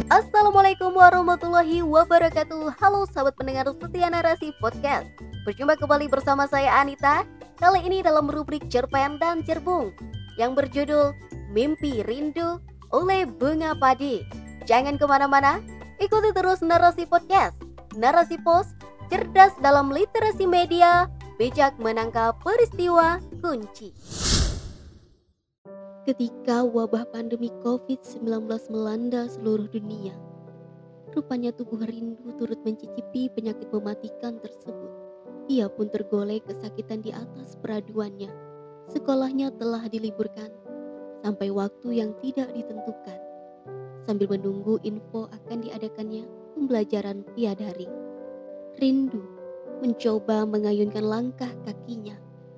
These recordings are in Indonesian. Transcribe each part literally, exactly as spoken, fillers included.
Assalamualaikum warahmatullahi wabarakatuh. Halo sahabat pendengar setia Narasi Podcast. Berjumpa kembali bersama saya Anita. Kali ini dalam rubrik Cerpen dan Cerbung yang berjudul Mimpi Rindu oleh Bunga Padi. Jangan kemana-mana, ikuti terus Narasi Podcast. Narasi Pos, cerdas dalam literasi media, bijak menangkap peristiwa kunci. Ketika wabah pandemi covid sembilan belas melanda seluruh dunia, rupanya tubuh Rindu turut mencicipi penyakit mematikan tersebut. Ia pun tergolek kesakitan di atas peraduannya. Sekolahnya telah diliburkan sampai waktu yang tidak ditentukan, sambil menunggu info akan diadakannya pembelajaran via daring. Rindu mencoba mengayunkan langkah kakinya.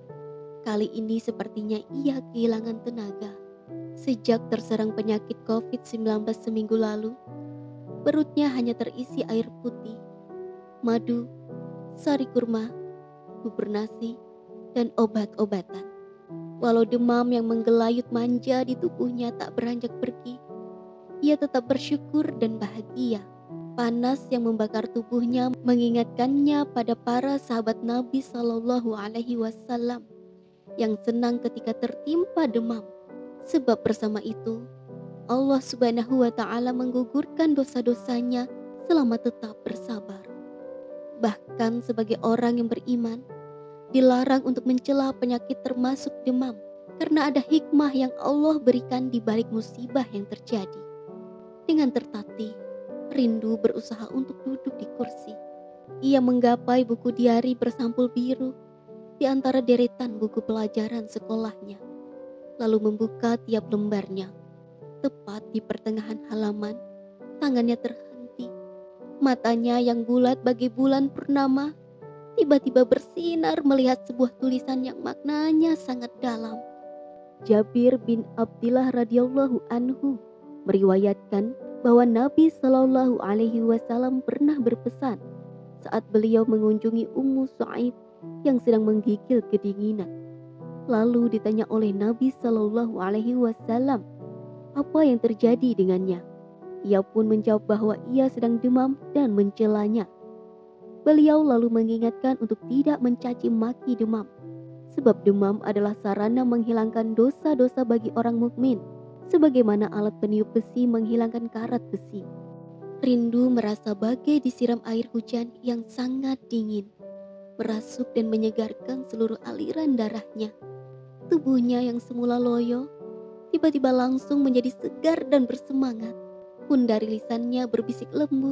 Kali ini sepertinya ia kehilangan tenaga. Sejak terserang penyakit covid sembilan belas seminggu lalu, perutnya hanya terisi air putih, madu, sari kurma, bubur nasi, dan obat-obatan. Walau demam yang menggelayut manja di tubuhnya tak beranjak pergi, ia tetap bersyukur dan bahagia. Panas yang membakar tubuhnya mengingatkannya pada para sahabat Nabi Shallallahu Alaihi Wasallam yang senang ketika tertimpa demam. Sebab bersama itu, Allah Subhanahu wa Ta'ala menggugurkan dosa-dosanya selama tetap bersabar. Bahkan sebagai orang yang beriman, dilarang untuk mencela penyakit termasuk demam, karena ada hikmah yang Allah berikan di balik musibah yang terjadi. Dengan tertatih, Rindu berusaha untuk duduk di kursi. Ia menggapai buku diari bersampul biru di antara deretan buku pelajaran sekolahnya, lalu membuka tiap lembarnya. Tepat di pertengahan halaman, tangannya terhenti. Matanya yang bulat bagai bulan purnama tiba-tiba bersinar melihat sebuah tulisan yang maknanya sangat dalam. Jabir bin Abdillah radhiyallahu anhu meriwayatkan bahwa Nabi Shallallahu Alaihi Wasallam pernah berpesan saat beliau mengunjungi Ummu Shu'aib yang sedang menggigil kedinginan. Lalu ditanya oleh Nabi Shallallahu Alaihi Wasallam apa yang terjadi dengannya. Ia pun menjawab bahwa ia sedang demam dan mencelanya. Beliau lalu mengingatkan untuk tidak mencaci maki demam, sebab demam adalah sarana menghilangkan dosa-dosa bagi orang mukmin, sebagaimana alat peniup besi menghilangkan karat besi. Rindu merasa bagai disiram air hujan yang sangat dingin, merasuk dan menyegarkan seluruh aliran darahnya. Tubuhnya yang semula loyo, tiba-tiba langsung menjadi segar dan bersemangat. Pun dari lisannya berbisik lembut,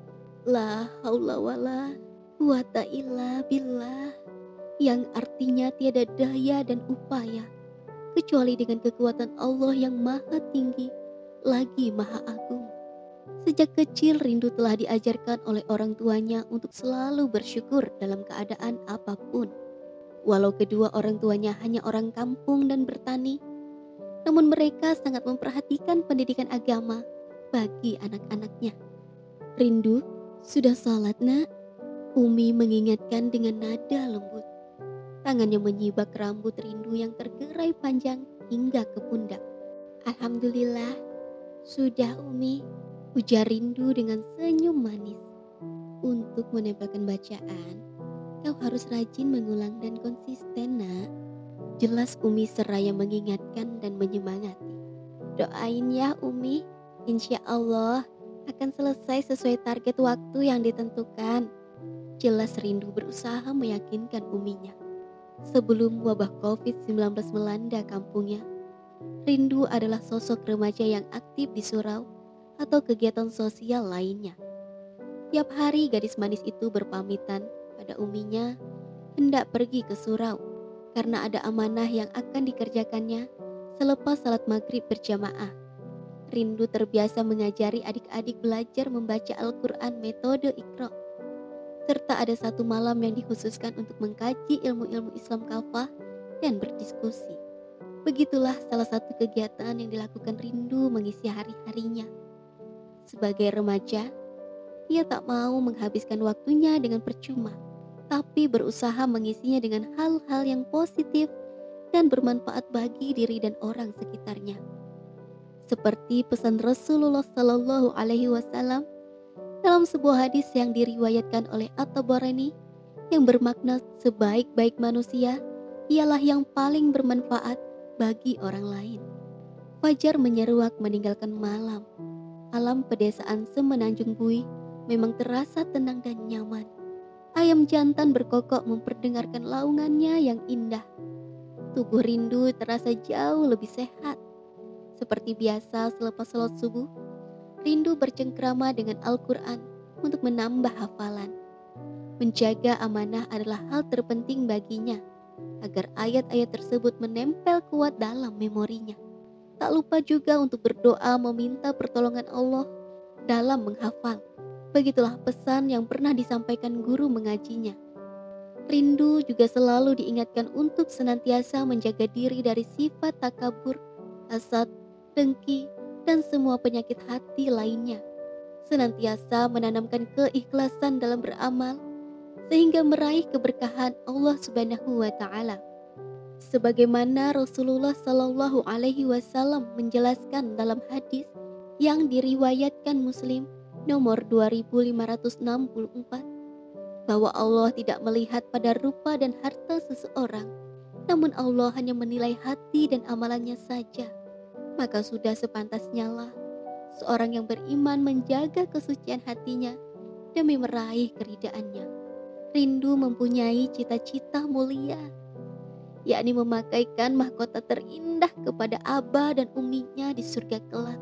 La haula wala quwata illa billah, yang artinya tiada daya dan upaya kecuali dengan kekuatan Allah yang maha tinggi lagi maha agung. Sejak kecil Rindu telah diajarkan oleh orang tuanya untuk selalu bersyukur dalam keadaan apapun. Walau kedua orang tuanya hanya orang kampung dan bertani, namun mereka sangat memperhatikan pendidikan agama bagi anak-anaknya. Rindu, sudah salat nak? Umi mengingatkan dengan nada lembut. Tangannya menyibak rambut Rindu yang tergerai panjang hingga ke pundak. Alhamdulillah, sudah Umi, ujar Rindu dengan senyum manis. Untuk menempelkan bacaan, kau harus rajin mengulang dan konsisten nak. Jelas Umi seraya mengingatkan dan menyemangati. Doain ya Umi, insya Allah akan selesai sesuai target waktu yang ditentukan. Jelas Rindu berusaha meyakinkan Uminya. Sebelum wabah covid sembilan belas melanda kampungnya, Rindu adalah sosok remaja yang aktif di surau atau kegiatan sosial lainnya. Tiap hari gadis manis itu berpamitan pada Uminya hendak pergi ke surau karena ada amanah yang akan dikerjakannya selepas salat maghrib berjamaah. Rindu terbiasa mengajari adik-adik belajar membaca Al-Quran metode Iqra, serta ada satu malam yang dikhususkan untuk mengkaji ilmu-ilmu Islam kafah dan berdiskusi. Begitulah salah satu kegiatan yang dilakukan Rindu mengisi hari-harinya. Sebagai remaja, ia tak mau menghabiskan waktunya dengan percuma, tapi berusaha mengisinya dengan hal-hal yang positif dan bermanfaat bagi diri dan orang sekitarnya. Seperti pesan Rasulullah Shallallahu Alaihi Wasallam dalam sebuah hadis yang diriwayatkan oleh At-Tabarani yang bermakna sebaik-baik manusia ialah yang paling bermanfaat bagi orang lain. Fajar menyeruak meninggalkan malam. Alam pedesaan semenanjung Bui memang terasa tenang dan nyaman. Ayam jantan berkokok memperdengarkan laungannya yang indah. Tubuh rindu terasa jauh lebih sehat. Seperti biasa selepas sholat subuh, rindu bercengkrama dengan Al-Quran untuk menambah hafalan. Menjaga amanah adalah hal terpenting baginya, agar ayat-ayat tersebut menempel kuat dalam memorinya. Tak lupa juga untuk berdoa meminta pertolongan Allah dalam menghafal. Begitulah pesan yang pernah disampaikan guru mengajinya. Rindu juga selalu diingatkan untuk senantiasa menjaga diri dari sifat takabur, hasad, dengki, dan semua penyakit hati lainnya. Senantiasa menanamkan keikhlasan dalam beramal, sehingga meraih keberkahan Allah Subhanahu wa Ta'ala. Sebagaimana Rasulullah Shallallahu Alaihi Wasallam menjelaskan dalam hadis yang diriwayatkan Muslim nomor dua ribu lima ratus enam puluh empat, bahwa Allah tidak melihat pada rupa dan harta seseorang, namun Allah hanya menilai hati dan amalannya saja. Maka sudah sepantasnya lah seorang yang beriman menjaga kesucian hatinya demi meraih keridaannya. Rindu mempunyai cita-cita mulia, yakni memakaikan mahkota terindah kepada abah dan uminya di surga kelak.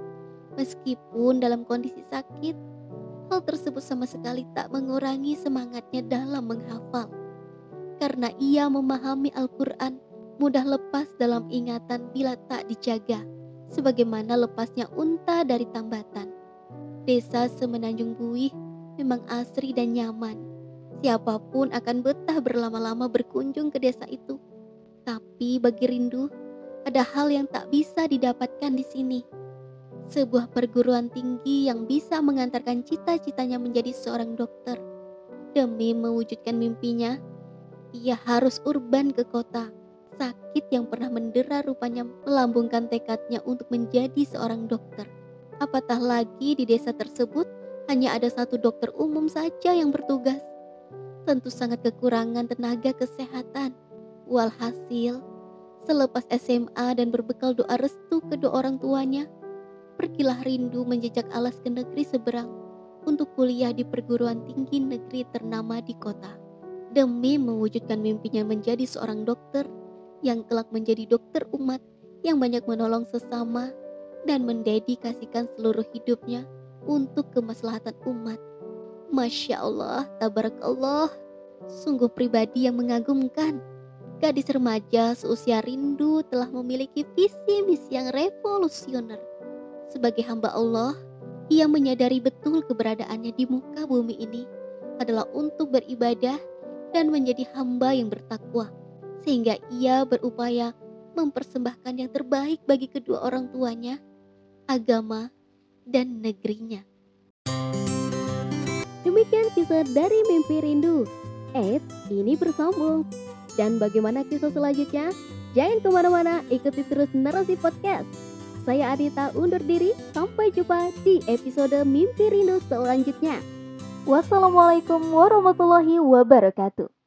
Meskipun dalam kondisi sakit, hal tersebut sama sekali tak mengurangi semangatnya dalam menghafal. Karena ia memahami Al-Quran mudah lepas dalam ingatan bila tak dijaga, sebagaimana lepasnya unta dari tambatan. Desa semenanjung Buih memang asri dan nyaman. Siapapun akan betah berlama-lama berkunjung ke desa itu. Tapi bagi rindu, ada hal yang tak bisa didapatkan di sini. Sebuah perguruan tinggi yang bisa mengantarkan cita-citanya menjadi seorang dokter. Demi mewujudkan mimpinya, ia harus urban ke kota. Sakit yang pernah mendera rupanya melambungkan tekadnya untuk menjadi seorang dokter. Apatah lagi di desa tersebut hanya ada satu dokter umum saja yang bertugas. Tentu sangat kekurangan tenaga kesehatan. Walhasil, selepas S M A dan berbekal doa restu kedua orang tuanya, pergilah rindu menjejak alas ke negeri seberang untuk kuliah di perguruan tinggi negeri ternama di kota. Demi mewujudkan mimpinya menjadi seorang dokter yang kelak menjadi dokter umat yang banyak menolong sesama dan mendedikasikan seluruh hidupnya untuk kemaslahatan umat. Masya Allah, tabarakallah, sungguh pribadi yang mengagumkan. Gadis remaja seusia rindu telah memiliki visi misi yang revolusioner. Sebagai hamba Allah, ia menyadari betul keberadaannya di muka bumi ini adalah untuk beribadah dan menjadi hamba yang bertakwa. Sehingga ia berupaya mempersembahkan yang terbaik bagi kedua orang tuanya, agama, dan negerinya. Demikian kisah dari Mimpi Rindu. Eh, ini bersambung. Dan bagaimana kisah selanjutnya? Jangan kemana-mana, ikuti terus Narasi Podcast. Saya Adita undur diri, sampai jumpa di episode Mimpi Rindu selanjutnya. Wassalamualaikum warahmatullahi wabarakatuh.